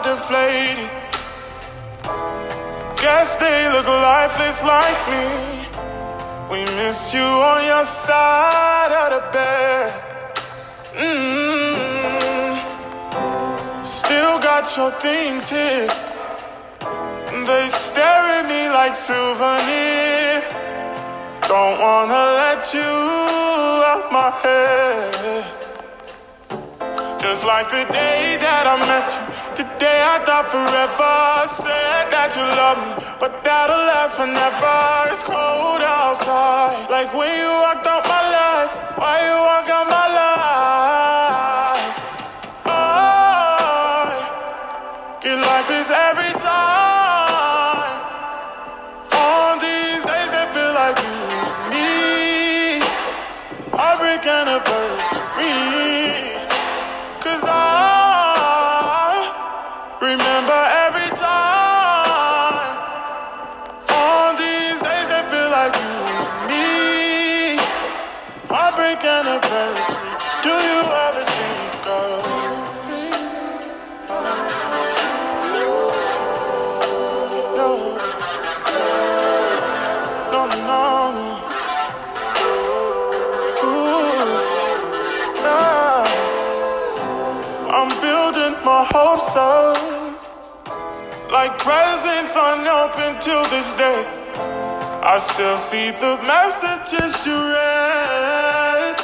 deflated. Guess they look lifeless like me. We miss you on your side of the bed. Still got your things here. They stare at me like souvenirs. Don't wanna let you out my head. Just like the day that I met you, the day I thought forever. Said that you love me, but that'll last forever. It's cold outside, like when you walked out my life. Why you walk out my life? Oh, get like this every time. On these days they feel like you and me. Heartbreak anniversary. 'Cause I remember every time. On these days they feel like you and me. Heartbreak anniversary. Do you ever think of me? No, no, no, no. Ooh, no. I'm building my hopes up, like presents unopened till this day. I still see the messages you read.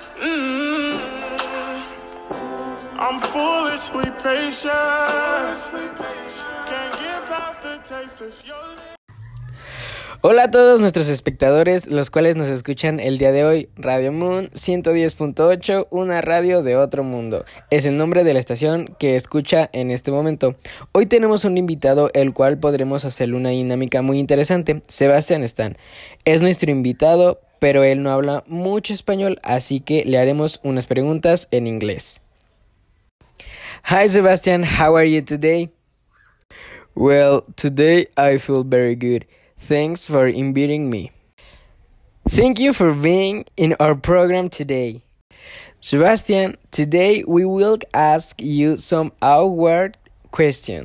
I'm foolishly patient. Can't get past the taste of your lips. Hola a todos nuestros espectadores, los cuales nos escuchan el día de hoy. Radio Moon 110.8, una radio de otro mundo. Es el nombre de la estación que escucha en este momento. Hoy tenemos un invitado, el cual podremos hacerle una dinámica muy interesante. Sebastián Stan es nuestro invitado, pero él no habla mucho español, así que le haremos unas preguntas en inglés. Hi Sebastian, how are you today? Well, today I feel very good. Thanks for inviting me. Thank you for being in our program today. Sebastian, today we will ask you some awkward questions.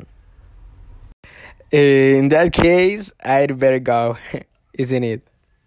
In that case, I'd better go, isn't it?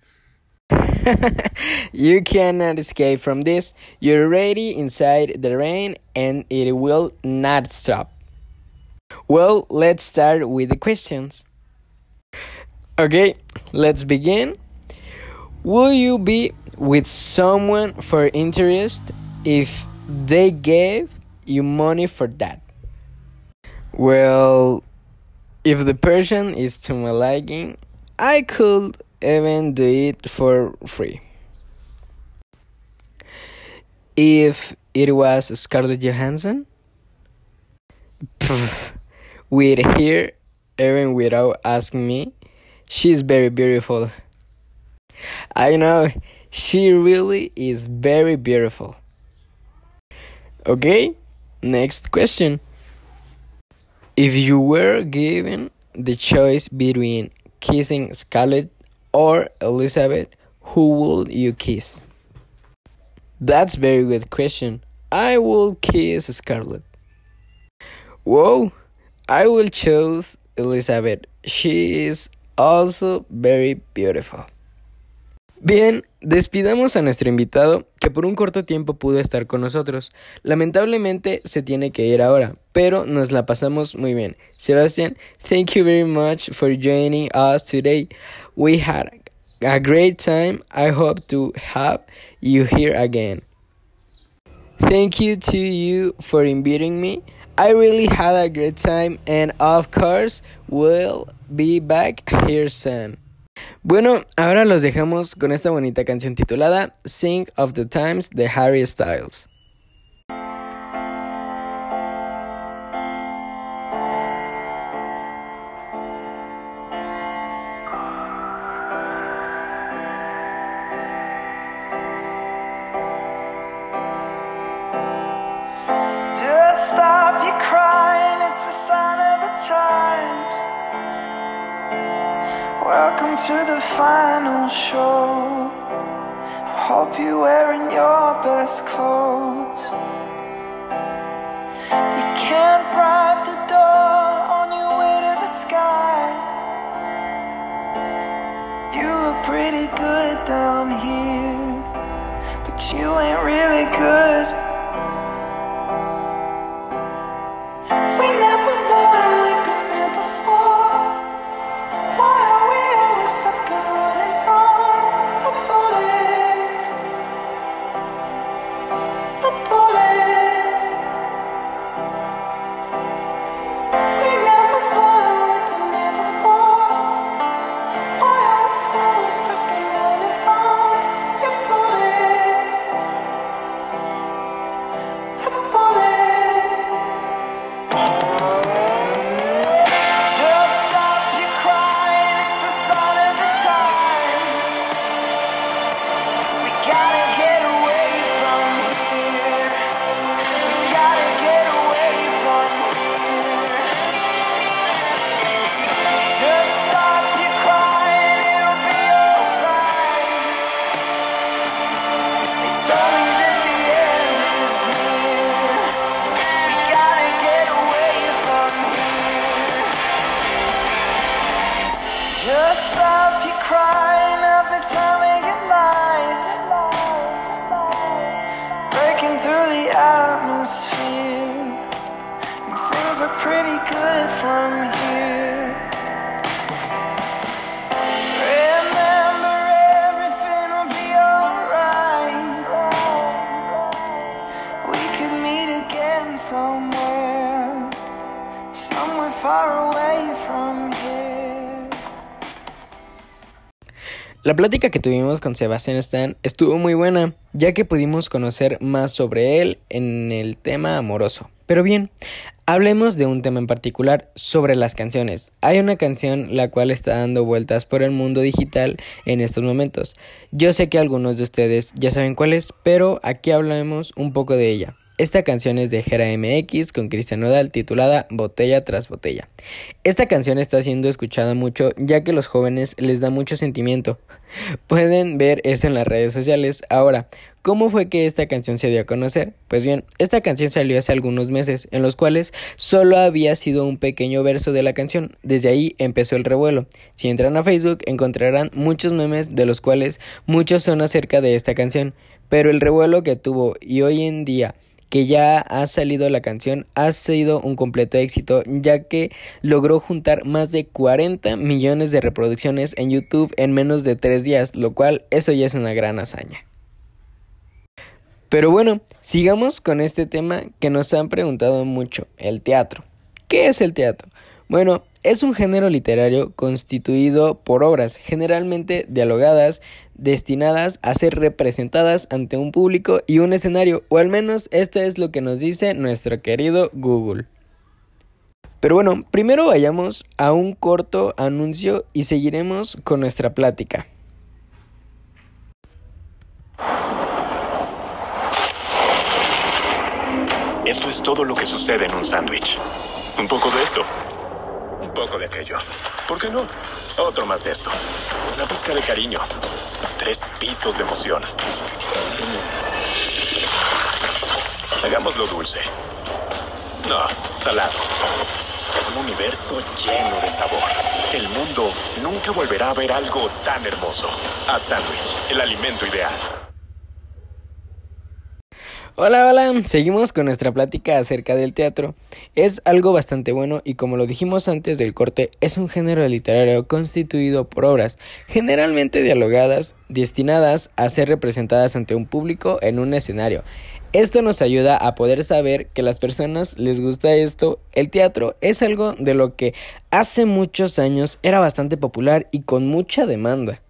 You cannot escape from this. You're already inside the rain and it will not stop. Well, let's start with the questions. Okay, let's begin. Will you be with someone for interest if they gave you money for that? Well, if the person is to my liking, I could even do it for free. If it was Scarlett Johansson, with her, even without asking me, she's very beautiful. I know, she really is very beautiful. Okay, next question. If you were given the choice between kissing Scarlett or Elizabeth, who would you kiss? That's a very good question. I will kiss Scarlett. Whoa, I will choose Elizabeth. She is also very beautiful. Bien, despidamos a nuestro invitado que por un corto tiempo pudo estar con nosotros. Lamentablemente se tiene que ir ahora, pero nos la pasamos muy bien. Sebastian, thank you very much for joining us today. We had a great time. I hope to have you here again. Thank you to you for inviting me. I really had a great time and of course we'll be back here soon. Bueno, ahora los dejamos con esta bonita canción titulada Sing of the Times de Harry Styles. Just stop your crying, it's a sign of the times. Welcome to the final show. I hope you're wearing your best clothes. You can't bribe the door. Things look pretty good from here. Remember, everything will be alright. We could meet again somewhere far away from here. La plática que tuvimos con Sebastián Stan estuvo muy buena, ya que pudimos conocer más sobre él en el tema amoroso. Pero bien, hablemos de un tema en particular, sobre las canciones. Hay una canción la cual está dando vueltas por el mundo digital en estos momentos. Yo sé que algunos de ustedes ya saben cuál es, pero aquí hablamos un poco de ella. Esta canción es de Jera MX con Cristian Nodal, titulada Botella tras Botella. Esta canción está siendo escuchada mucho, ya que a los jóvenes les da mucho sentimiento. Pueden ver eso en las redes sociales. Ahora, ¿cómo fue que esta canción se dio a conocer? Pues bien, esta canción salió hace algunos meses, en los cuales solo había sido un pequeño verso de la canción. Desde ahí empezó el revuelo. Si entran a Facebook encontrarán muchos memes, de los cuales muchos son acerca de esta canción. Pero el revuelo que tuvo y hoy en día que ya ha salido la canción ha sido un completo éxito, ya que logró juntar más de 40 millones de reproducciones en YouTube en menos de 3 días, lo cual eso ya es una gran hazaña. Pero bueno, sigamos con este tema que nos han preguntado mucho, el teatro. ¿Qué es el teatro? Bueno, es un género literario constituido por obras generalmente dialogadas, destinadas a ser representadas ante un público y un escenario, o al menos esto es lo que nos dice nuestro querido Google. Pero bueno, primero vayamos a un corto anuncio y seguiremos con nuestra plática. Esto es todo lo que sucede en un sándwich. Un poco de esto, un poco de aquello. ¿Por qué no? Otro más de esto. Una pizca de cariño. 3 pisos de emoción. Hagámoslo dulce. No, salado. Un universo lleno de sabor. El mundo nunca volverá a ver algo tan hermoso. A sándwich, el alimento ideal. Hola, seguimos con nuestra plática acerca del teatro. Es algo bastante bueno y como lo dijimos antes del corte, es un género literario constituido por obras generalmente dialogadas, destinadas a ser representadas ante un público en un escenario. Esto nos ayuda a poder saber que a las personas les gusta esto. El teatro es algo de lo que hace muchos años era bastante popular y con mucha demanda.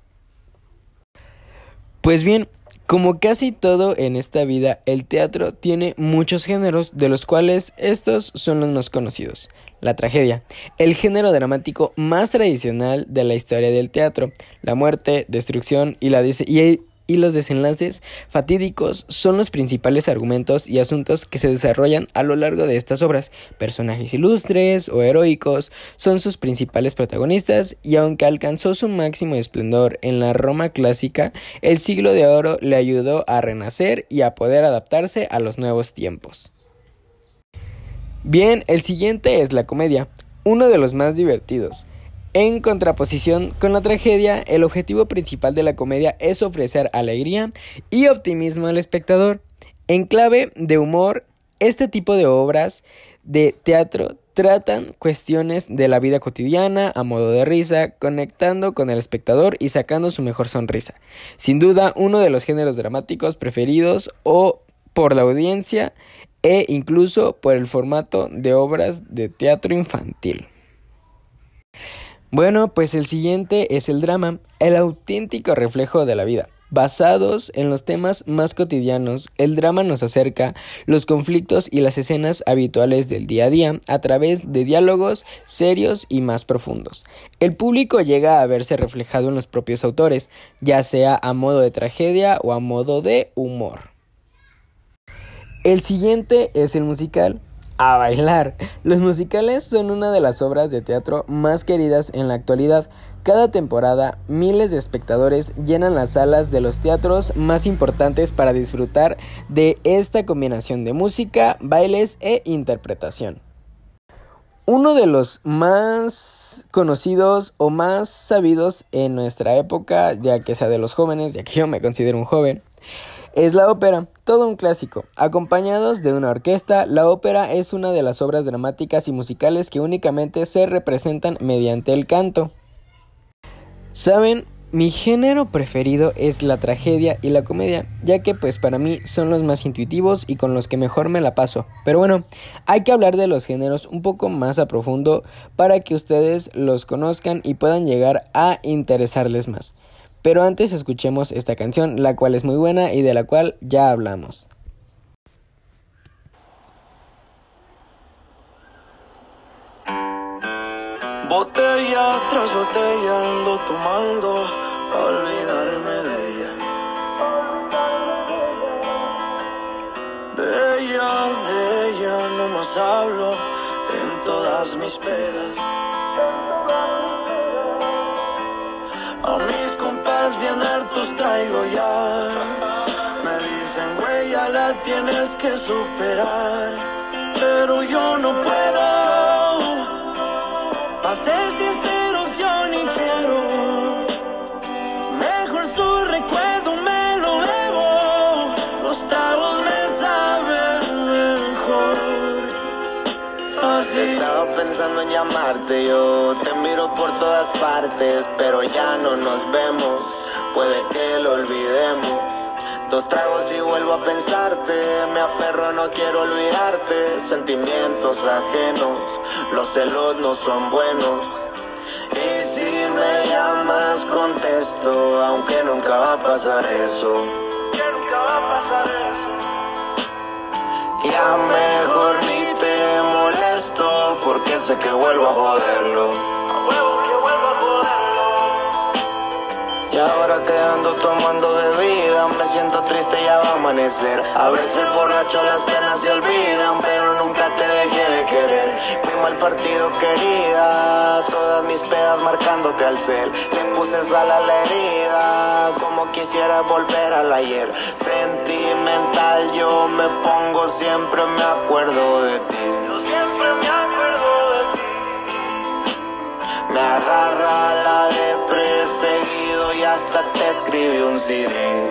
Pues bien, como casi todo en esta vida, el teatro tiene muchos géneros, de los cuales estos son los más conocidos. La tragedia, el género dramático más tradicional de la historia del teatro. La muerte, destrucción y los desenlaces fatídicos son los principales argumentos y asuntos que se desarrollan a lo largo de estas obras. Personajes ilustres o heroicos son sus principales protagonistas, y aunque alcanzó su máximo esplendor en la Roma clásica, el siglo de oro le ayudó a renacer y a poder adaptarse a los nuevos tiempos. Bien, el siguiente es la comedia, uno de los más divertidos. En contraposición con la tragedia, el objetivo principal de la comedia es ofrecer alegría y optimismo al espectador. En clave de humor, este tipo de obras de teatro tratan cuestiones de la vida cotidiana a modo de risa, conectando con el espectador y sacando su mejor sonrisa. Sin duda, uno de los géneros dramáticos preferidos o por la audiencia e incluso por el formato de obras de teatro infantil. Bueno, pues el siguiente es el drama, el auténtico reflejo de la vida. Basados en los temas más cotidianos, el drama nos acerca los conflictos y las escenas habituales del día a día a través de diálogos serios y más profundos. El público llega a verse reflejado en los propios autores, ya sea a modo de tragedia o a modo de humor. El siguiente es el musical. A bailar. Los musicales son una de las obras de teatro más queridas en la actualidad. Cada temporada, miles de espectadores llenan las salas de los teatros más importantes para disfrutar de esta combinación de música, bailes e interpretación. Uno de los más conocidos o más sabidos en nuestra época, ya que sea de los jóvenes, ya que yo me considero un joven, es la ópera. todo un clásico. Acompañados de una orquesta, la ópera es una de las obras dramáticas y musicales que únicamente se representan mediante el canto. ¿Saben? Mi género preferido es la tragedia y la comedia, ya que pues para mí son los más intuitivos y con los que mejor me la paso. Pero bueno, hay que hablar de los géneros un poco más a profundo para que ustedes los conozcan y puedan llegar a interesarles más. Pero antes escuchemos esta canción, la cual es muy buena y de la cual ya hablamos. Botella tras botella ando tomando a olvidarme de ella. De ella no más hablo en todas mis pedas. A mis compas bien hartos traigo ya. Me dicen, güey, ya la tienes que superar. Pero yo no puedo. A ser sinceros yo ni quiero. Mejor su recuerdo me lo bebo. Los tragos me saben mejor. Así. Estaba pensando en llamarte, yo te miro por todas partes, pero ya no nos vemos, puede que lo olvidemos. 2 tragos y vuelvo a pensarte, me aferro, no quiero olvidarte. Sentimientos ajenos, los celos no son buenos. Y si me llamas contesto, aunque nunca va a pasar eso. Ya mejor ni te molesto, porque sé que vuelvo a joderlo. Y ahora que ando tomando bebida, me siento triste, ya va a amanecer. A veces borracho las penas se olvidan, pero nunca te dejé de querer. Fuimos al partido, querida, todas mis pedas marcándote al cel. Le puse sal a la herida, como quisiera volver al ayer. Sentimental yo me pongo, siempre me acuerdo de ti. Yo siempre me acuerdo de ti. Me agarra la depre seguido y hasta te escribí un CD.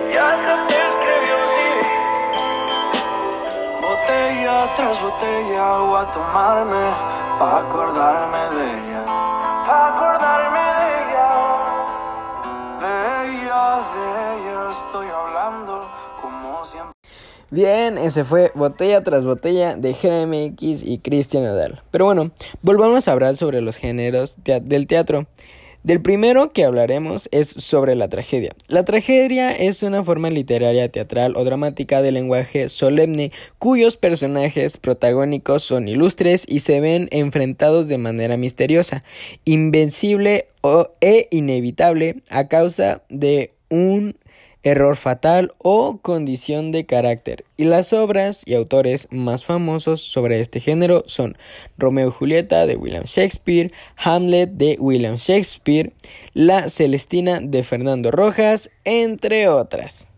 Botella tras botella voy a tomarme pa' acordarme de ella. De ella estoy hablando como siempre. Bien, ese fue Botella tras Botella de GMX y Cristian Nodal. Pero bueno, volvamos a hablar sobre los géneros del teatro. Del primero que hablaremos es sobre la tragedia. La tragedia es una forma literaria, teatral o dramática de lenguaje solemne cuyos personajes protagónicos son ilustres y se ven enfrentados de manera misteriosa, invencible e inevitable a causa de un error fatal o condición de carácter. Y las obras y autores más famosos sobre este género son Romeo y Julieta de William Shakespeare, Hamlet de William Shakespeare, La Celestina de Fernando Rojas, entre otras.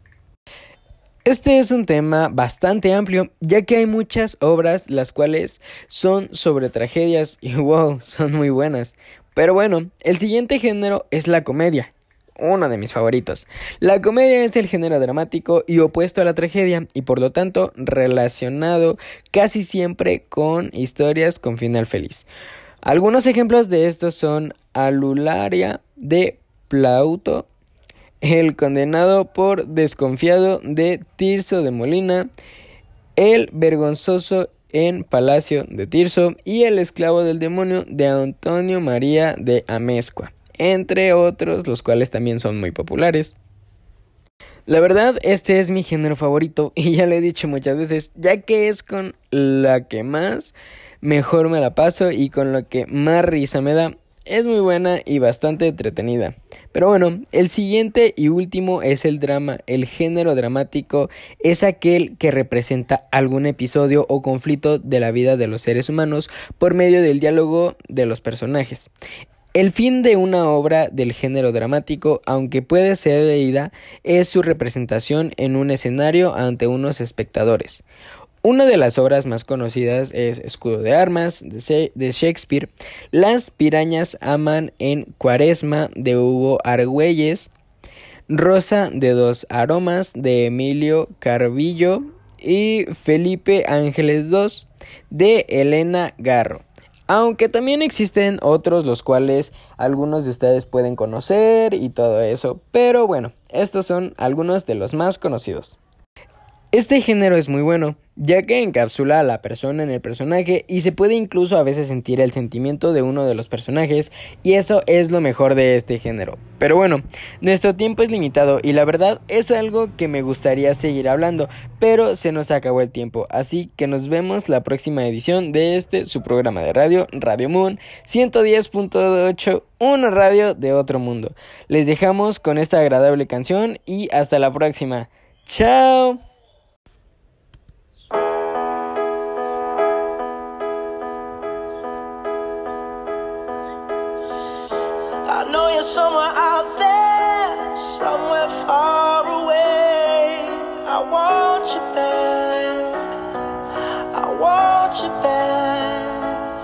Este es un tema bastante amplio, ya que hay muchas obras las cuales son sobre tragedias y wow, son muy buenas. Pero bueno, el siguiente género es la comedia. Uno de mis favoritos. La comedia es el género dramático y opuesto a la tragedia y por lo tanto relacionado casi siempre con historias con final feliz. Algunos ejemplos de estos son Alularia de Plauto, El condenado por desconfiado de Tirso de Molina, El vergonzoso en Palacio de Tirso y El esclavo del demonio de Antonio María de Amezcua, entre otros, los cuales también son muy populares. La verdad, este es mi género favorito y ya lo he dicho muchas veces, ya que es con la que más mejor me la paso y con lo que más risa me da. Es muy buena y bastante entretenida. Pero bueno, el siguiente y último es el drama. El género dramático es aquel que representa algún episodio o conflicto de la vida de los seres humanos por medio del diálogo de los personajes. El fin de una obra del género dramático, aunque puede ser leída, es su representación en un escenario ante unos espectadores. Una de las obras más conocidas es Escudo de Armas de Shakespeare, Las pirañas aman en Cuaresma de Hugo Argüelles, Rosa de dos aromas de Emilio Carvillo y Felipe Ángeles II de Elena Garro. Aunque también existen otros los cuales algunos de ustedes pueden conocer y todo eso, pero bueno, estos son algunos de los más conocidos. Este género es muy bueno, ya que encapsula a la persona en el personaje y se puede incluso a veces sentir el sentimiento de uno de los personajes, y eso es lo mejor de este género. Pero bueno, nuestro tiempo es limitado y la verdad es algo que me gustaría seguir hablando, pero se nos acabó el tiempo, así que nos vemos la próxima edición de su programa de radio, Radio Moon 110.8, una radio de otro mundo. Les dejamos con esta agradable canción y hasta la próxima. ¡Chao! I know you're somewhere out there, somewhere far away. I want you back, I want you back.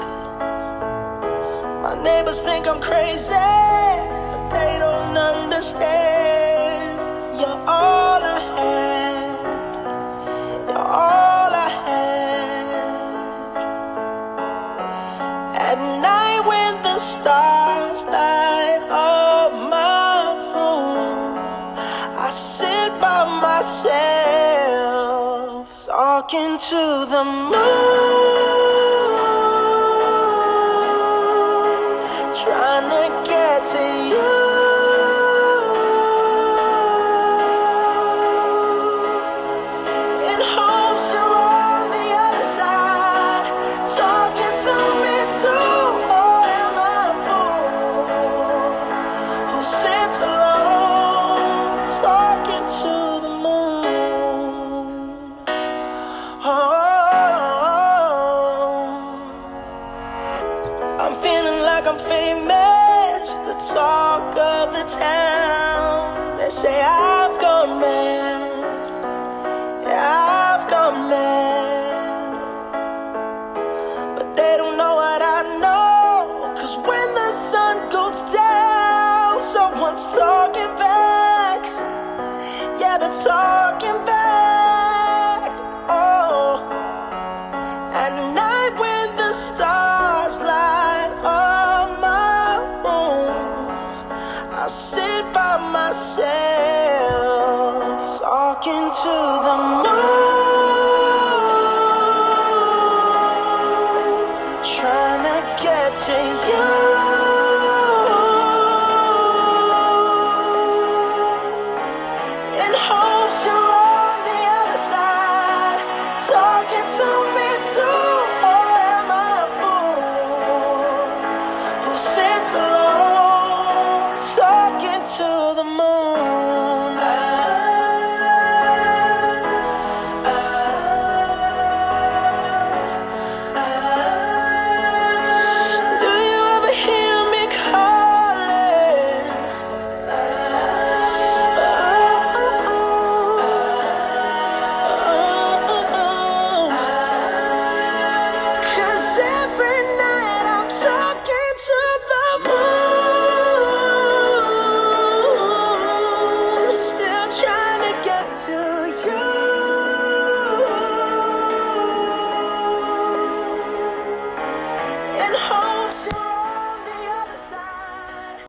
My neighbors think I'm crazy, but they don't understand. You're all I had, you're all I had. At night when the stars light up my room, I sit by myself, talking to the moon, trying to get to you. In hopes you're on the other side, talking to me too. Sits alone, talking to the moon. Oh, I'm feeling like I'm famous, the talk of the town. They say I've gone mad, yeah, I've gone mad. But they don't know what I know, 'cause when the sun goes down, someone's talking back, yeah, they're talking back. Oh, at night when the stars light up my room, I sit by myself, talking to the moon, trying to get to you.